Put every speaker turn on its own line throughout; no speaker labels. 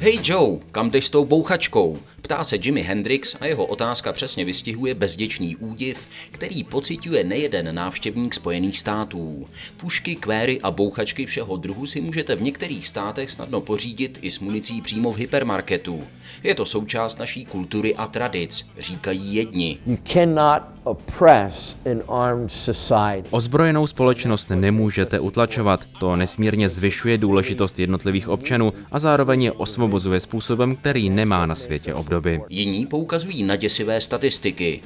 Hej Joe, kam jdeš s tou bouchačkou? Ptá se Jimi Hendrix a jeho otázka přesně vystihuje bezděčný údiv, který pociťuje nejeden návštěvník Spojených států. Pušky, kvéry a bouchačky všeho druhu si můžete v některých státech snadno pořídit i s municí přímo v hypermarketu. Je to součást naší kultury a tradic, říkají jedni.
Ozbrojenou společnost nemůžete utlačovat, to nesmírně zvyšuje důležitost jednotlivých občanů a zároveň je osvobozuje způsobem, který nemá na světě obdoby.
Jiní poukazují na děsivé statistiky.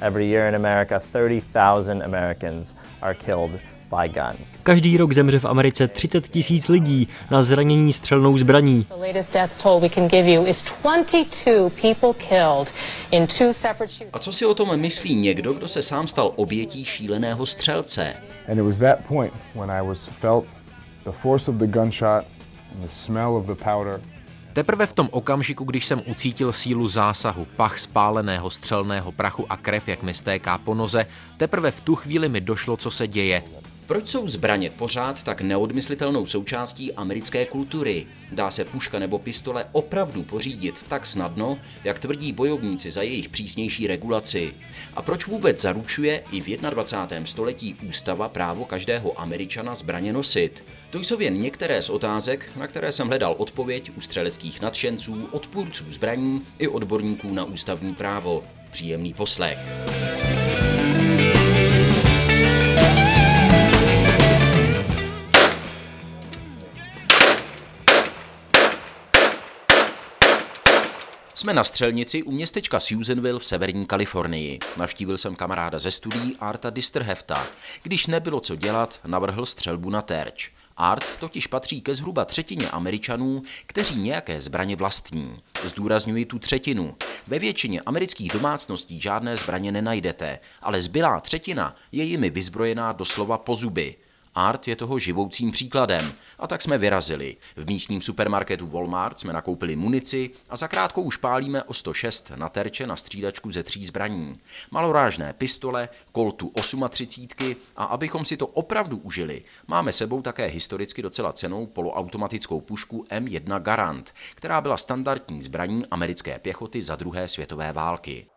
Každý rok zemře v Americe 30 000 lidí na zranění střelnou zbraní.
A co si o tom myslí někdo, kdo se sám stal obětí šíleného střelce?
Teprve v tom okamžiku, když jsem ucítil sílu zásahu, pach spáleného střelného prachu a krev, jak mi stéká po noze, teprve v tu chvíli mi došlo, co se děje.
Proč jsou zbraně pořád tak neodmyslitelnou součástí americké kultury? Dá se puška nebo pistole opravdu pořídit tak snadno, jak tvrdí bojovníci za jejich přísnější regulaci? A proč vůbec zaručuje i v 21. století ústava právo každého Američana zbraně nosit? To jsou jen některé z otázek, na které jsem hledal odpověď u střeleckých nadšenců, odpůrců zbraní i odborníků na ústavní právo. Příjemný poslech. Jsme na střelnici u městečka Susanville v severní Kalifornii. Navštívil jsem kamaráda ze studií Arta Disterhefta. Když nebylo co dělat, navrhl střelbu na terč. Art totiž patří ke zhruba třetině Američanů, kteří nějaké zbraně vlastní. Zdůrazňuji tu třetinu. Ve většině amerických domácností žádné zbraně nenajdete, ale zbylá třetina je jimi vyzbrojená doslova po zuby. Art je toho živoucím příkladem. A tak jsme vyrazili. V místním supermarketu Walmart jsme nakoupili munici a zakrátko už pálíme o 106 na terče na střídačku ze 3 zbraní. Malorážné pistole, Coltu 38 a abychom si to opravdu užili, máme sebou také historicky docela cennou poloautomatickou pušku M1 Garand, která byla standardní zbraní americké pěchoty za druhé světové války.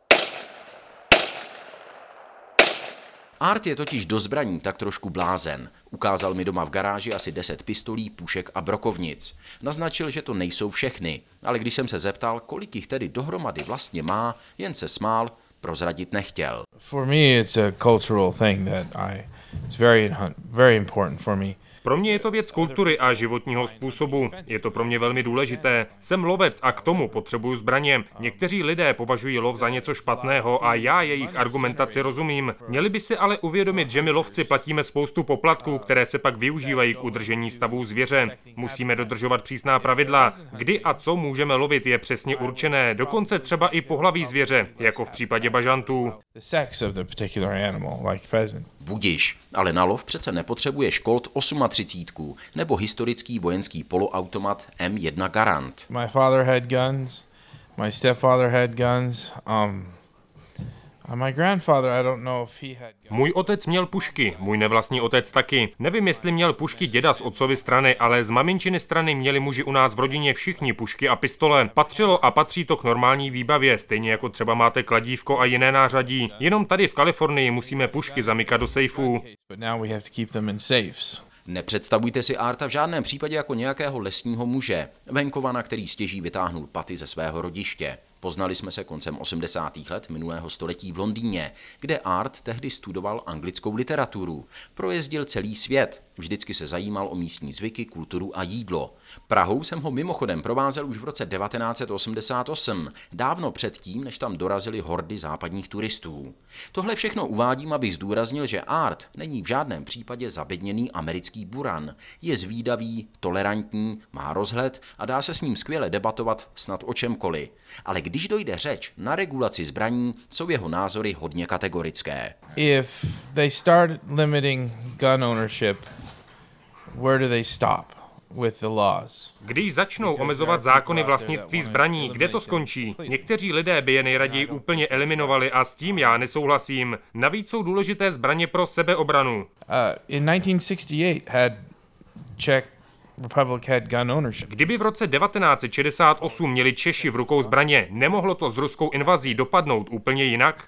Art je totiž do zbraní tak trošku blázen. Ukázal mi doma v garáži asi 10 pistolí, pušek a brokovnic. Naznačil, že to nejsou všechny, ale když jsem se zeptal, kolik jich tedy dohromady vlastně má, jen se smál, prozradit nechtěl.
For me it's a cultural thing that it's very important for me.
Pro mě je to věc kultury a životního způsobu. Je to pro mě velmi důležité. Jsem lovec a k tomu potřebuju zbraně. Někteří lidé považují lov za něco špatného a já jejich argumentaci rozumím. Měli by si ale uvědomit, že my lovci platíme spoustu poplatků, které se pak využívají k udržení stavů zvěře. Musíme dodržovat přísná pravidla. Kdy a co můžeme lovit je přesně určené, dokonce třeba i pohlaví zvěře, jako v případě bažantů.
Budiš, ale na lov přece nepotřebuješ Colt 38 nebo historický vojenský poloautomat M1 Garand.
My father had guns, my stepfather had guns, my grandfather, I don't know if he had guns.
Můj otec měl pušky, můj nevlastní otec taky. Nevím, jestli měl pušky děda z otcovy strany, ale z maminčiny strany měli muži u nás v rodině všichni pušky a pistole. Patřilo a patří to k normální výbavě, stejně jako třeba máte kladívko a jiné nářadí. Jenom tady v Kalifornii musíme pušky zamykat do sejfů.
Nepředstavujte si Arta v žádném případě jako nějakého lesního muže, venkovana, který stěží vytáhnul paty ze svého rodiště. Poznali jsme se koncem 80. let minulého století v Londýně, kde Art tehdy studoval anglickou literaturu. Projezdil celý svět, vždycky se zajímal o místní zvyky, kulturu a jídlo. Prahou jsem ho mimochodem provázel už v roce 1988, dávno předtím, než tam dorazily hordy západních turistů. Tohle všechno uvádím, abych zdůraznil, že Art není v žádném případě zabedněný americký buran. Je zvídavý, tolerantní, má rozhled a dá se s ním skvěle debatovat snad o čemkoliv. Ale když dojde řeč na regulaci zbraní, jsou jeho názory hodně kategorické.
If they start limiting gun ownership, where do they stop with the laws?
Když začnou omezovat zákony vlastnictví zbraní, kde to skončí? Někteří lidé by je nejraději úplně eliminovali a s tím já nesouhlasím. Navíc jsou důležité zbraně pro sebeobranu.
In 1968 had Czech Republic had gun ownership.
Kdyby v roce 1968 měli Češi v rukou zbraně, nemohlo to s ruskou invazí dopadnout úplně jinak?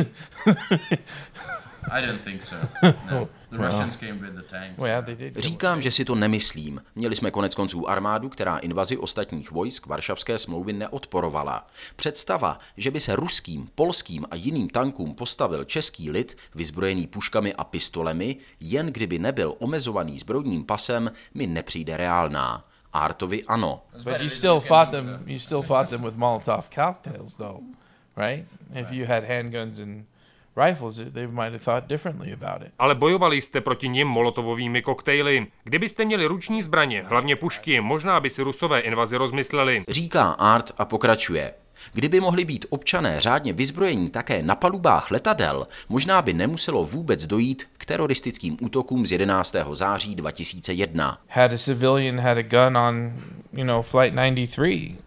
Říkám, že si to nemyslím. Měli jsme konec konců armádu, která invazi ostatních vojsk Varšavské smlouvy neodporovala. Představa, že by se ruským, polským a jiným tankům postavil český lid, vyzbrojený puškami a pistolemi, jen kdyby nebyl omezovaný zbrojním pasem, mi nepřijde reálná. Artovi ano.
But you still fought them with Molotov cocktails though, right? If you had handguns and rifles, they might have thought differently about it.
Ale bojovali jste proti nim molotovovými koktejly. Kdybyste měli ruční zbraně, hlavně pušky, možná by si Rusové invazi rozmysleli.
Říká Art a pokračuje. Kdyby mohli být občané řádně vyzbrojení také na palubách letadel, možná by nemuselo vůbec dojít k teroristickým útokům z 11. září 2001.
Had a civilian had a gun on, flight 93.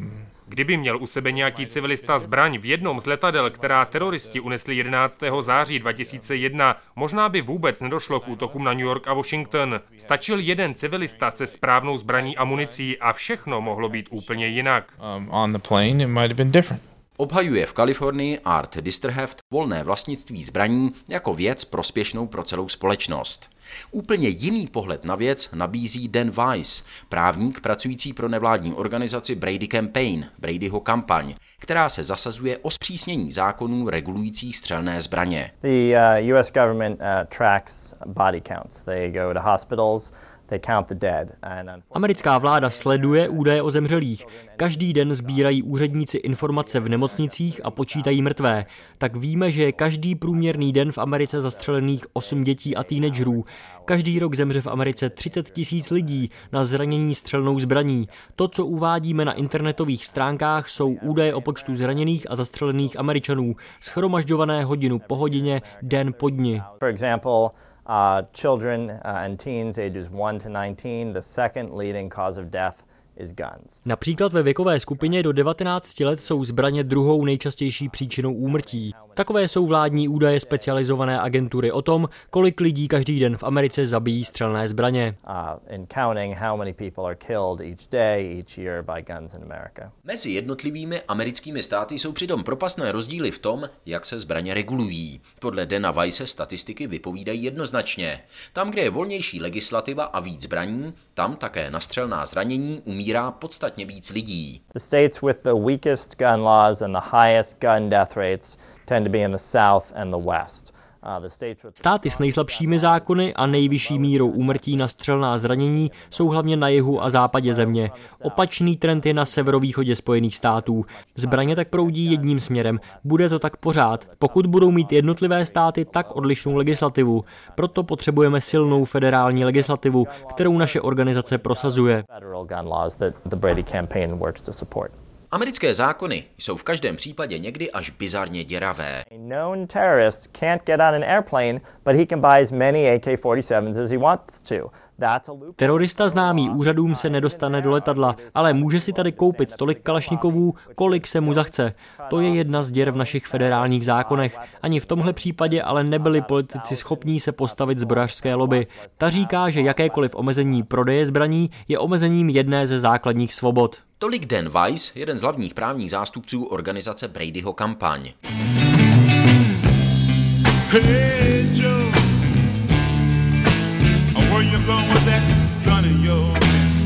Kdyby měl u sebe nějaký civilista zbraň v jednom z letadel, která teroristi unesli 11. září 2001, možná by vůbec nedošlo k útokům na New York a Washington. Stačil jeden civilista se správnou zbraní a municí a všechno mohlo být úplně jinak.
On the plane, it might have been different.
Obhajuje v Kalifornii Art Distrheft volné vlastnictví zbraní jako věc prospěšnou pro celou společnost. Úplně jiný pohled na věc nabízí Dan Weiss, právník pracující pro nevládní organizaci Brady Campaign, Bradyho kampaň, která se zasazuje o zpřísnění zákonů regulujících střelné zbraně.
The US government tracks body counts. They go to hospitals. They count the dead.
Americká vláda sleduje údaje o zemřelých. Každý den sbírají úředníci informace v nemocnicích a počítají mrtvé. Tak víme, že je každý průměrný den v Americe zastřelených 8 dětí a teenagerů. Každý rok zemře v Americe 30 000 lidí na zranění střelnou zbraní. To, co uvádíme na internetových stránkách, jsou údaje o počtu zraněných a zastřelených Američanů, shromažďované hodinu po hodině, den po dni.
For example, children and teens ages 1 to 19, the second leading cause of death is guns.
Například ve věkové skupině do 19 let jsou zbraně druhou nejčastější příčinou úmrtí. Takové jsou vládní údaje specializované agentury o tom, kolik lidí každý den v Americe zabíjí střelné zbraně.
Mezi jednotlivými americkými státy jsou přitom propastné rozdíly v tom, jak se zbraně regulují. Podle Dana Weisse statistiky vypovídají jednoznačně. Tam, kde je volnější legislativa a víc zbraní, tam také na střelná zranění umírá podstatně víc lidí.
The states with the weakest gun laws and the highest gun death rates tend to be in the South and the West.
Státy s nejslabšími zákony a nejvyšší mírou úmrtí na střelná zranění jsou hlavně na jihu a západě země. Opačný trend je na severovýchodě Spojených států. Zbraně tak proudí jedním směrem. Bude to tak pořád, pokud budou mít jednotlivé státy tak odlišnou legislativu. Proto potřebujeme silnou federální legislativu, kterou naše organizace prosazuje.
Americké zákony jsou v každém případě někdy až bizarně děravé.
Known terrorist can't get on an airplane, but he can buy as many AK-47s as he wants to.
Terorista známý úřadům se nedostane do letadla, ale může si tady koupit tolik kalašnikovů, kolik se mu zachce. To je jedna z děr v našich federálních zákonech. Ani v tomhle případě ale nebyli politici schopní se postavit zbrojařské lobby. Ta říká, že jakékoliv omezení prodeje zbraní je omezením jedné ze základních svobod.
Tolik Dan Weiss, jeden z hlavních právních zástupců organizace Bradyho kampaň. Hey Joe, where you going with that gun in your hand?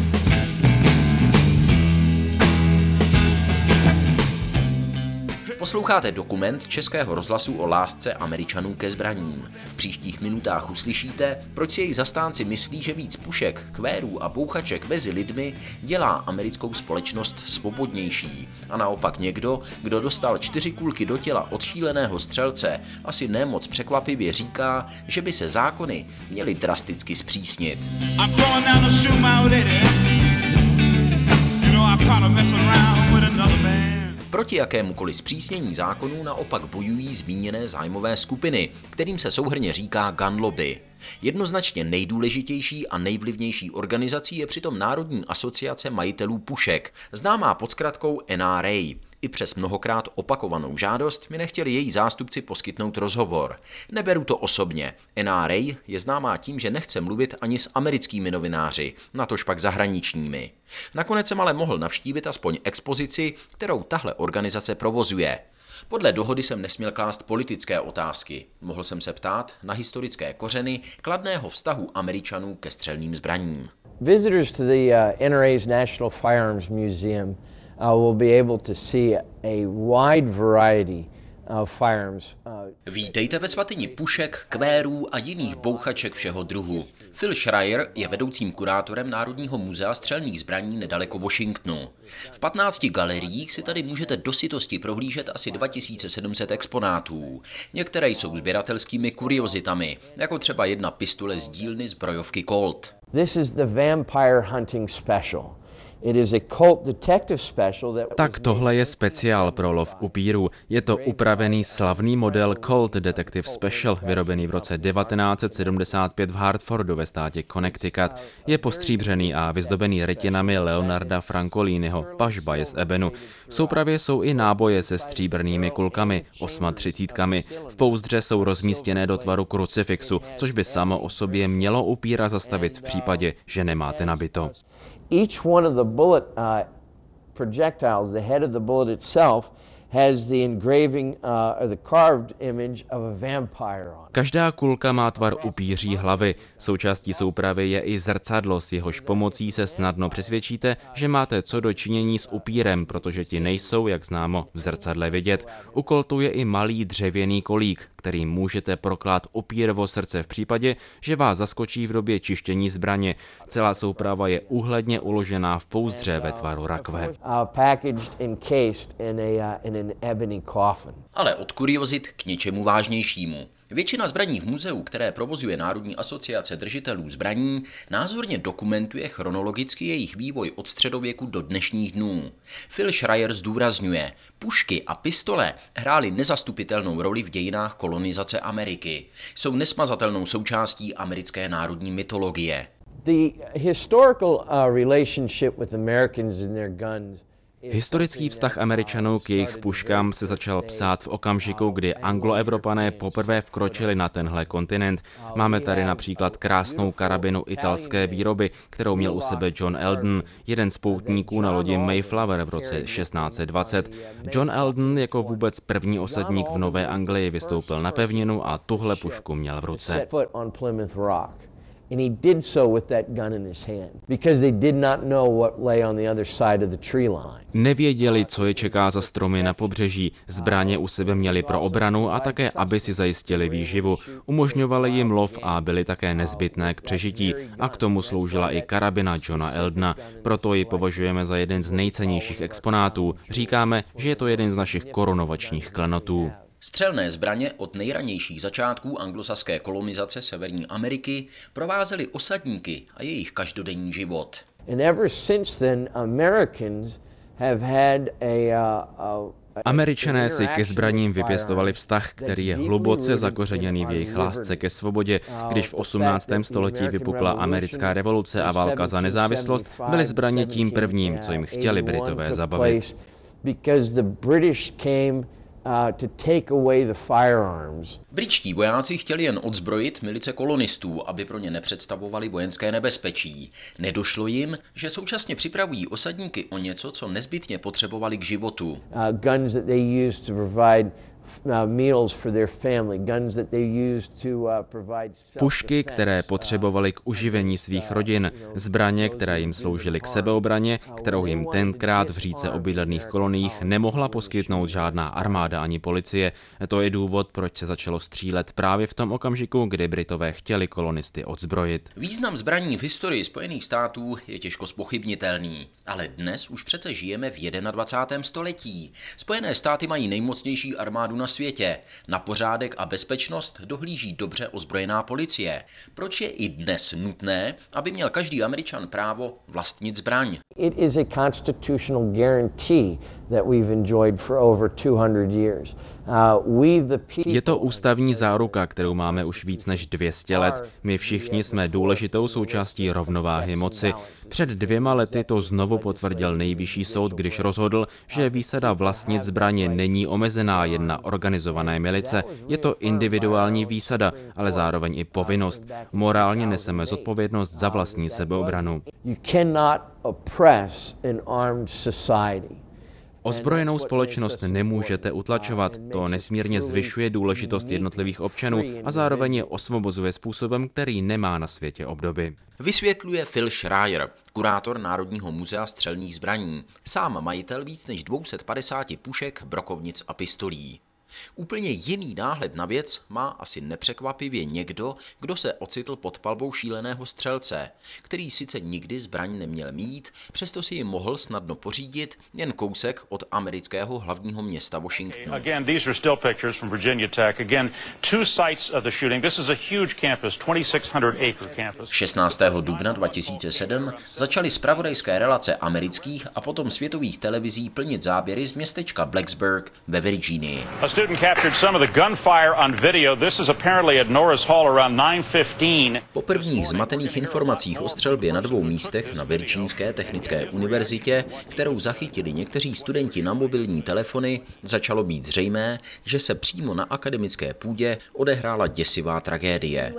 Posloucháte dokument Českého rozhlasu o lásce Američanů ke zbraním. V příštích minutách uslyšíte, proč si jejich zastánci myslí, že víc pušek, kvérů a bouchaček mezi lidmi dělá americkou společnost svobodnější. A naopak někdo, kdo dostal 4 kulky do těla od šíleného střelce, asi nemoc překvapivě říká, že by se zákony měly drasticky zpřísnit. Proti jakémukoliv zpřísnění zákonů naopak bojují zmíněné zájmové skupiny, kterým se souhrnně říká gun lobby. Jednoznačně nejdůležitější a nejvlivnější organizací je přitom Národní asociace majitelů pušek, známá pod zkratkou NRA. I přes mnohokrát opakovanou žádost mi nechtěli její zástupci poskytnout rozhovor. Neberu to osobně. NRA je známá tím, že nechce mluvit ani s americkými novináři, natož pak zahraničními. Nakonec jsem ale mohl navštívit aspoň expozici, kterou tahle organizace provozuje. Podle dohody jsem nesměl klást politické otázky. Mohl jsem se ptát na historické kořeny kladného vztahu Američanů ke střelným zbraním.
Visitors to the NRA's National Firearms Museum will be able to see a wide variety of firearms.
Vítejte ve svatyni pušek, kvérů a jiných bouchaček všeho druhu. Phil Schreier je vedoucím kurátorem Národního muzea střelných zbraní nedaleko Washingtonu. V 15 galeriích si tady můžete do sytosti prohlížet asi 2700 exponátů. Některé jsou sběratelskými kuriozitami, jako třeba jedna pistole z dílny zbrojovky Colt.
This is the Vampire Hunting Special. It is a Colt detective special that
Tak tohle je speciál pro lov upírů. Je to upravený slavný model Colt Detective Special, vyrobený v roce 1975 v Hartfordu ve státě Connecticut. Je postříbřený a vyzdobený rytinami Leonarda Francoliniho, pažba je z ebenu. V soupravě jsou i náboje se stříbrnými kulkami, 38. V pouzdře jsou rozmístěné do tvaru krucifixu, což by samo o sobě mělo upíra zastavit v případě, že nemáte nabito.
each one of the bullet projectiles, the head of the bullet itself, has the engraving or the carved image of a vampire on it.
Každá kulka má tvar upíří hlavy. Součástí soupravy je i zrcadlo, s jehož pomocí se snadno přesvědčíte, že máte co do činění s upírem, protože ti nejsou, jak známo, v zrcadle vidět. U Coltu je i malý dřevěný kolík, kterým můžete proklát upírovo srdce v případě, že vás zaskočí v době čištění zbraně. Celá souprava je úhledně uložená v pouzdře ve tvaru rakve.
Packaged, encased in an ebony coffin.
Ale od kuriozit k něčemu vážnějšímu. Většina zbraní v muzeu, které provozuje Národní asociace držitelů zbraní, názorně dokumentuje chronologicky jejich vývoj od středověku do dnešních dnů. Phil Schreier zdůrazňuje, pušky a pistole hrály nezastupitelnou roli v dějinách kolonizace Ameriky. Jsou nesmazatelnou součástí americké národní mytologie.
The historical relationship with Americans and their guns.
Historický vztah Američanů k jejich puškám se začal psát v okamžiku, kdy Angloevropané poprvé vkročili na tenhle kontinent. Máme tady například krásnou karabinu italské výroby, kterou měl u sebe John Eldon, jeden z poutníků na lodi Mayflower v roce 1620. John Eldon jako vůbec první osadník v Nové Anglii vystoupil na pevninu a tuhle pušku měl v ruce.
And he did so with that gun in his hand because they did not know what lay on the other side of the tree line.
Nevěděli, co je čeká za stromy na pobřeží. Zbraně u sebe měli pro obranu a také, aby si zajistili výživu. Umožňovali jim lov a byly také nezbytné k přežití. A k tomu sloužila i karabina Johna Eldona. Proto ji považujeme za jeden z nejcennějších exponátů. Říkáme, že je to jeden z našich korunovačních klenotů.
Střelné zbraně od nejranějších začátků anglosaské kolonizace Severní Ameriky provázely osadníky a jejich každodenní život.
And ever since then, Americans have had
Američané si ke zbraním vypěstovali vztah, který je hluboce zakořeněný v jejich lásce ke svobodě. Když v 18. století vypukla americká revoluce a válka za nezávislost, byly zbraně tím prvním, co jim chtěli Britové zabavit.
To take away the firearms.
Britští vojáci chtěli jen odzbrojit milice kolonistů, aby pro ně nepředstavovali vojenské nebezpečí. Nedošlo jim, že současně připravují osadníky o něco, co nezbytně potřebovali k životu.
Guns that they used to provide meals for their family, guns that they used to provide
pušky, které potřebovali k uživení svých rodin, zbraně, které jim sloužily k sebeobraně, kterou jim tenkrát v řídce obydlených koloniích nemohla poskytnout žádná armáda ani policie. To je důvod, proč se začalo střílet právě v tom okamžiku, kdy Britové chtěli kolonisty odzbrojit.
Význam zbraní v historii Spojených států je těžko zpochybnitelný, ale dnes už přece žijeme v 21. století. Spojené státy mají nejmocnější armádu na světě. Na pořádek a bezpečnost dohlíží dobře ozbrojená policie. Proč je i dnes nutné, aby měl každý Američan právo vlastnit zbraň?
It is a constitutional guarantee that we've enjoyed for over 200 years.
Je to ústavní záruka, kterou máme už víc než 200 let. My všichni jsme důležitou součástí rovnováhy moci. Před 2 lety to znovu potvrdil nejvyšší soud, když rozhodl, že výsada vlastnit zbraně není omezená jen na organizované milice. Je to individuální výsada, ale zároveň i povinnost. Morálně neseme zodpovědnost za vlastní sebeobranu.
You cannot oppress an armed society.
Ozbrojenou společnost nemůžete utlačovat. To nesmírně zvyšuje důležitost jednotlivých občanů a zároveň je osvobozuje způsobem, který nemá na světě obdoby.
Vysvětluje Phil Schreier, kurátor Národního muzea střelných zbraní, sám majitel víc než 250 pušek, brokovnic a pistolí. Úplně jiný náhled na věc má asi nepřekvapivě někdo, kdo se ocitl pod palbou šíleného střelce, který sice nikdy zbraň neměl mít, přesto si ji mohl snadno pořídit jen kousek od amerického hlavního města Washingtonu.
Again, these are still pictures from Virginia Tech. Again, 2 sites of the shooting. This is a huge campus, 2600-acre campus. 16.
dubna 2007 začaly zpravodajské relace amerických a potom světových televizí plnit záběry z městečka Blacksburg ve Virginii.
Student captured some of the gunfire on video. This is apparently at Norris Hall around 9:15.
Po prvních zmatených informacích o střelbě na 2 místech na Virginské technické univerzitě, kterou zachytili někteří studenti na mobilní telefony, začalo být zřejmé, že se přímo na akademické půdě odehrála děsivá tragédie.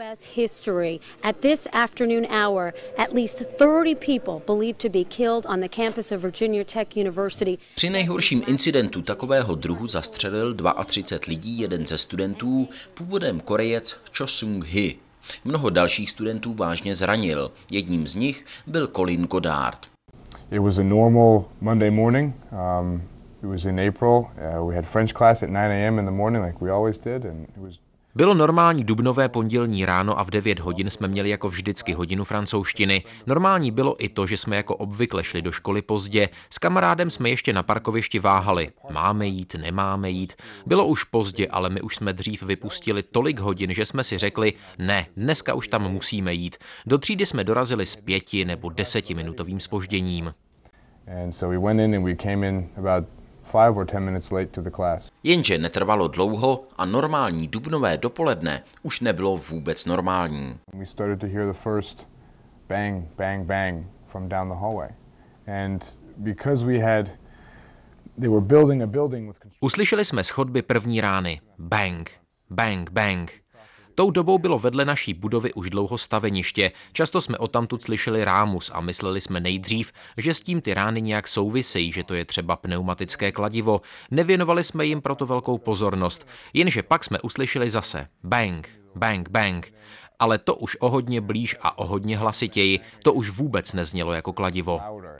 At this afternoon hour, at least 30 people believed to be killed on the campus of Virginia Tech University.
Při nejhorším incidentu takového druhu zastřelil 32 lidí jeden ze studentů, původem Korejec Cho Sung-hee. Mnoho dalších studentů vážně zranil. Jedním z nich byl Colin Goddard.
It was a normal Monday morning. It was in April. We had French class at 9 a.m. in the morning like we always did and it was
Bylo normální dubnové pondělní ráno a v 9 hodin jsme měli jako vždycky hodinu francouzštiny. Normální bylo i to, že jsme jako obvykle šli do školy pozdě. S kamarádem jsme ještě na parkovišti váhali. Máme jít, nemáme jít. Bylo už pozdě, ale my už jsme dřív vypustili tolik hodin, že jsme si řekli, ne, dneska už tam musíme jít. Do třídy jsme dorazili s 5 nebo 10minutovým zpožděním.
And so we went in and we came in about 5 or 10 minutes late to the class.
Jenže netrvalo dlouho a normální dubnové dopoledne už nebylo vůbec normální.
We started to hear the first bang, bang, bang from down the hallway. And because they were building a building with
Uslyšeli jsme z chodby první rány. Bang, bang, bang. Tou dobou bylo vedle naší budovy už dlouho staveniště. Často jsme odtamtud slyšeli rámus a mysleli jsme nejdřív, že s tím ty rány nějak souvisejí, že to je třeba pneumatické kladivo. Nevěnovali jsme jim proto velkou pozornost, jenže pak jsme uslyšeli zase bang, bang, bang. Ale to už o hodně blíž a o hodně hlasitěji, to už vůbec neznělo jako kladivo.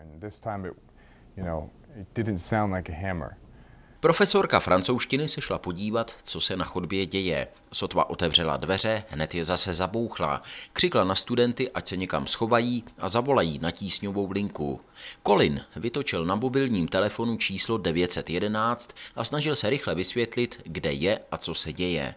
Profesorka francouzštiny se šla podívat, co se na chodbě děje. Sotva otevřela dveře, hned je zase zabouchla. Křikla na studenty, ať se někam schovají a zavolají na tísňovou linku. Colin vytočil na mobilním telefonu číslo 911 a snažil se rychle vysvětlit, kde je a co se děje.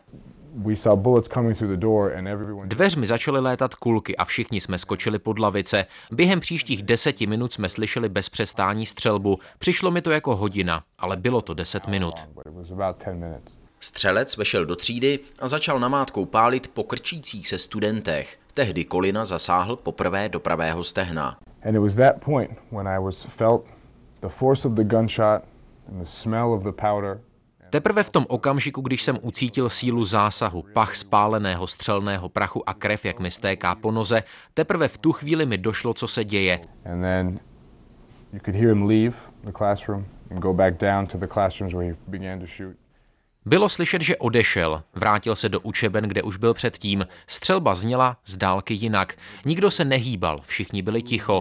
Dveřmi začaly létat kulky a všichni jsme skočili pod lavice. Během příštích 10 minut jsme slyšeli bez přestání střelbu. Přišlo mi to jako hodina, ale bylo to 10 minut.
Střelec vešel do třídy a začal namátkou pálit po krčících se studentech. Tehdy Colina zasáhl poprvé do pravého stehna.
And it was that point when I felt the force of the gunshot and the smell of the powder.
Teprve v tom okamžiku, když jsem ucítil sílu zásahu, pach spáleného střelného prachu a krev, jak mi stéká po noze, teprve v tu chvíli mi došlo, co se děje.
And then you could hear him leave the classroom and go back down to the classrooms where he began to shoot.
Bylo slyšet, že odešel, vrátil se do učeben, kde už byl předtím. Střelba zněla z dálky jinak. Nikdo se nehýbal, všichni byli ticho.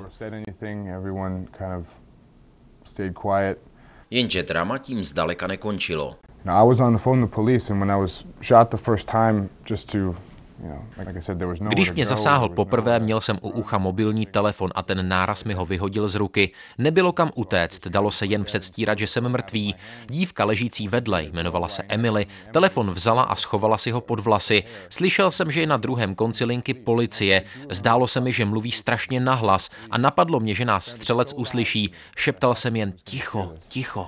Jenže drama tím zdaleka nekončilo.
I was on the phone to police and when I was shot the first time just to
Když mě zasáhl poprvé, měl jsem u ucha mobilní telefon a ten náraz mi ho vyhodil z ruky. Nebylo kam utéct, dalo se jen předstírat, že jsem mrtvý. Dívka ležící vedle, jmenovala se Emily, telefon vzala a schovala si ho pod vlasy. Slyšel jsem, že je na druhém konci linky policie. Zdálo se mi, že mluví strašně nahlas a napadlo mě, že nás střelec uslyší. Šeptal jsem jen ticho, ticho.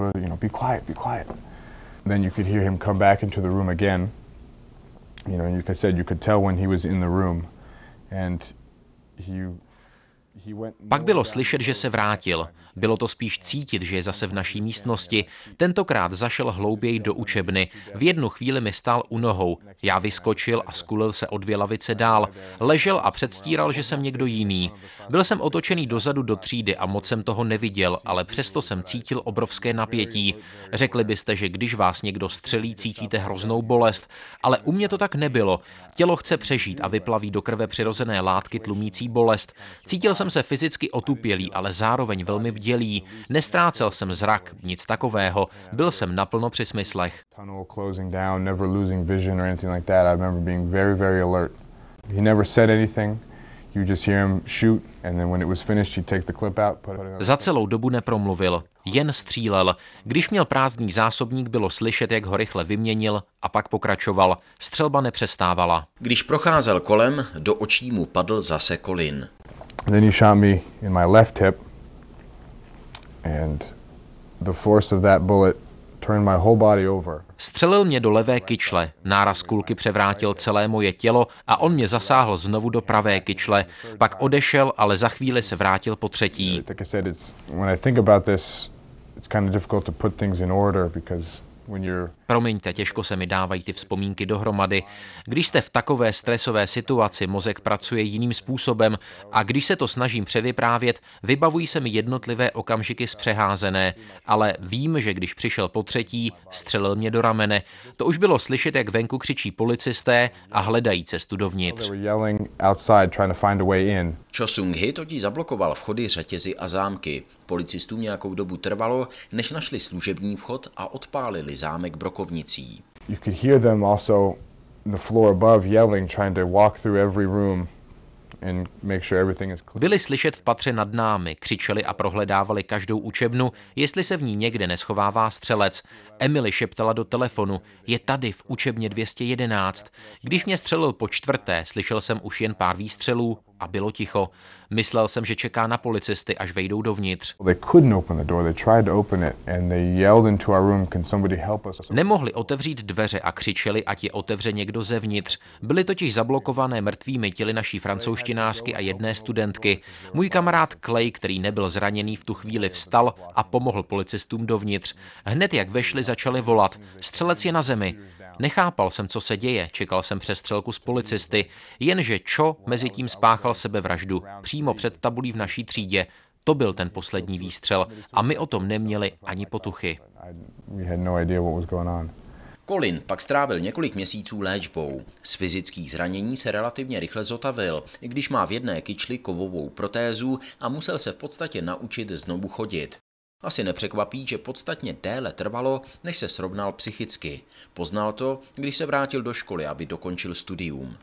Then you could hear him come back into the room again. You know, and like I said, you could tell when he was in the room, and he went.
Pak bylo slyšet, že se vrátil. Bylo to spíš cítit, že je zase v naší místnosti. Tentokrát zašel hlouběji do učebny. V jednu chvíli mi stál u nohou. Já vyskočil a skulil se o 2 lavice dál. Ležel a předstíral, že jsem někdo jiný. Byl jsem otočený dozadu do třídy a moc jsem toho neviděl, ale přesto jsem cítil obrovské napětí. Řekli byste, že když vás někdo střelí, cítíte hroznou bolest, ale u mě to tak nebylo. Tělo chce přežít a vyplaví do krve přirozené látky tlumící bolest. Cítil jsem se fyzicky otupělý, ale zároveň velmi bdělý. Nestrácel jsem zrak, nic takového. Byl jsem naplno při smyslech. Za celou dobu nepromluvil, jen střílel. Když měl prázdný zásobník, bylo slyšet, jak ho rychle vyměnil a pak pokračoval. Střelba nepřestávala.
Když procházel kolem, do očí mu padl zase Colin.
Then he shot me in my left hip, and the force of that bullet turned my whole body over.
Střelil mě do levé kyčle, náraz kulky převrátil celé moje tělo a on mě zasáhl znovu do pravé kyčle. Pak odešel, ale za chvíli se vrátil po třetí. Promiňte, těžko se mi dávají ty vzpomínky dohromady. Když jste v takové stresové situaci, mozek pracuje jiným způsobem a když se to snažím převyprávět, vybavují se mi jednotlivé okamžiky zpřeházené, ale vím, že když přišel po třetí, střelil mě do ramene. To už bylo slyšet, jak venku křičí policisté a hledají cestu dovnitř.
Cho Sung-hi totiž zablokoval vchody, řetězy a zámky. Policistům nějakou dobu trvalo, než našli služební vchod a odpálili zámek brokovnicí.
You could hear them also the floor above yelling, trying to walk through every room and make sure everything is clear.
Byli slyšet v patře nad námi, křičeli a prohledávali každou učebnu, jestli se v ní někde neschovává střelec. Emily šeptala do telefonu, je tady v učebně 211. Když mě střelil po čtvrté, slyšel jsem už jen pár výstřelů a bylo ticho. Myslel jsem, že čeká na policisty, až vejdou dovnitř. Nemohli otevřít dveře a křičeli, ať je otevře někdo zevnitř. Byly totiž zablokované mrtvými těly naší francouzštinářky a jedné studentky. Můj kamarád Clay, který nebyl zraněný, v tu chvíli vstal a pomohl policistům dovnitř. Hned jak vešli, začali volat. Střelec je na zemi. Nechápal jsem, co se děje, čekal jsem přestřelku s policisty, jenže Cho mezi tím spáchal sebevraždu přímo před tabulí v naší třídě. To byl ten poslední výstřel a my o tom neměli ani potuchy.
Colin pak strávil několik měsíců léčbou. Z fyzických zranění se relativně rychle zotavil, i když má v jedné kyčli kovovou protézu a musel se v podstatě naučit znovu chodit. Asi nepřekvapí, že podstatně déle trvalo, než se srovnal psychicky. Poznal to, když se vrátil do školy, aby dokončil studium.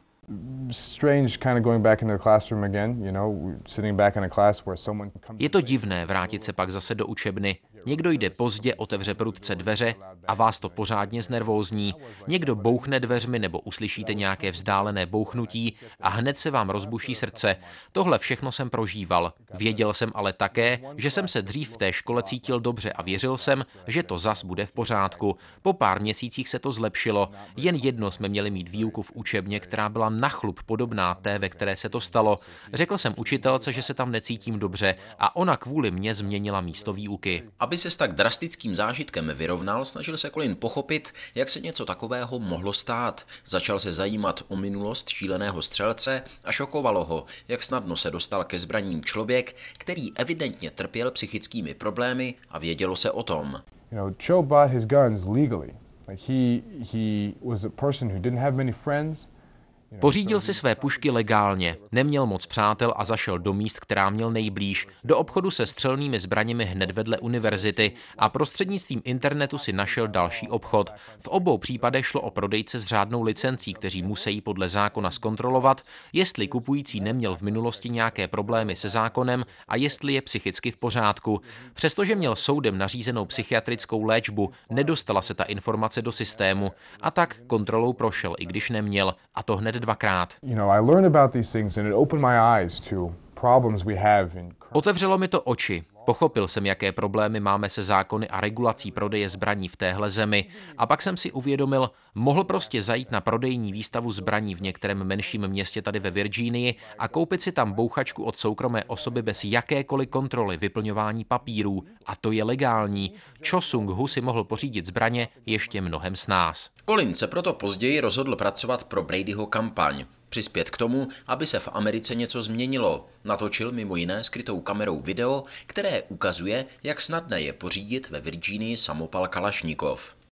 Je to divné vrátit se pak zase do učebny. Někdo jde pozdě, otevře prudce dveře a vás to pořádně znervózní. Někdo bouchne dveřmi nebo uslyšíte nějaké vzdálené bouchnutí a hned se vám rozbuší srdce. Tohle všechno jsem prožíval. Věděl jsem ale také, že jsem se dřív v té škole cítil dobře a věřil jsem, že to zas bude v pořádku. Po pár měsících se to zlepšilo. Jen jedno jsme měli mít výuku v učebně, která byla na chlup podobná té, ve které se to stalo. Řekl jsem učitelce, že se tam necítím dobře a ona kvůli mně změnila místo výuky.
Aby se s tak drastickým zážitkem vyrovnal, snažil se Colin pochopit, jak se něco takového mohlo stát. Začal se zajímat o minulost šíleného střelce a šokovalo ho, jak snadno se dostal ke zbraním člověk, který evidentně trpěl psychickými problémy a vědělo se o tom.
Cho bought his guns legally. Like he was a person who didn't have many friends.
Pořídil si své pušky legálně, neměl moc přátel a zašel do míst, která měl nejblíž, do obchodu se střelnými zbraněmi hned vedle univerzity a prostřednictvím internetu si našel další obchod. V obou případech šlo o prodejce s řádnou licencí, kteří musí podle zákona zkontrolovat, jestli kupující neměl v minulosti nějaké problémy se zákonem a jestli je psychicky v pořádku. Přestože měl soudem nařízenou psychiatrickou léčbu, nedostala se ta informace do systému a tak kontrolou prošel, i když neměl, a to hned dvakrát. Otevřelo mi to oči. Pochopil jsem, jaké problémy máme se zákony a regulací prodeje zbraní v téhle zemi. A pak jsem si uvědomil, mohl prostě zajít na prodejní výstavu zbraní v některém menším městě tady ve Virginii a koupit si tam bouchačku od soukromé osoby bez jakékoliv kontroly vyplňování papírů. A to je legální. Cho Sung-hu si mohl pořídit zbraně ještě mnohem snáz.
Colin se proto později rozhodl pracovat pro Bradyho kampaň. Přispět k tomu, aby se v Americe něco změnilo. Natočil mimo jiné skrytou kamerou video, které ukazuje, jak snadné je pořídit ve Virginii samopal Kalašnikov.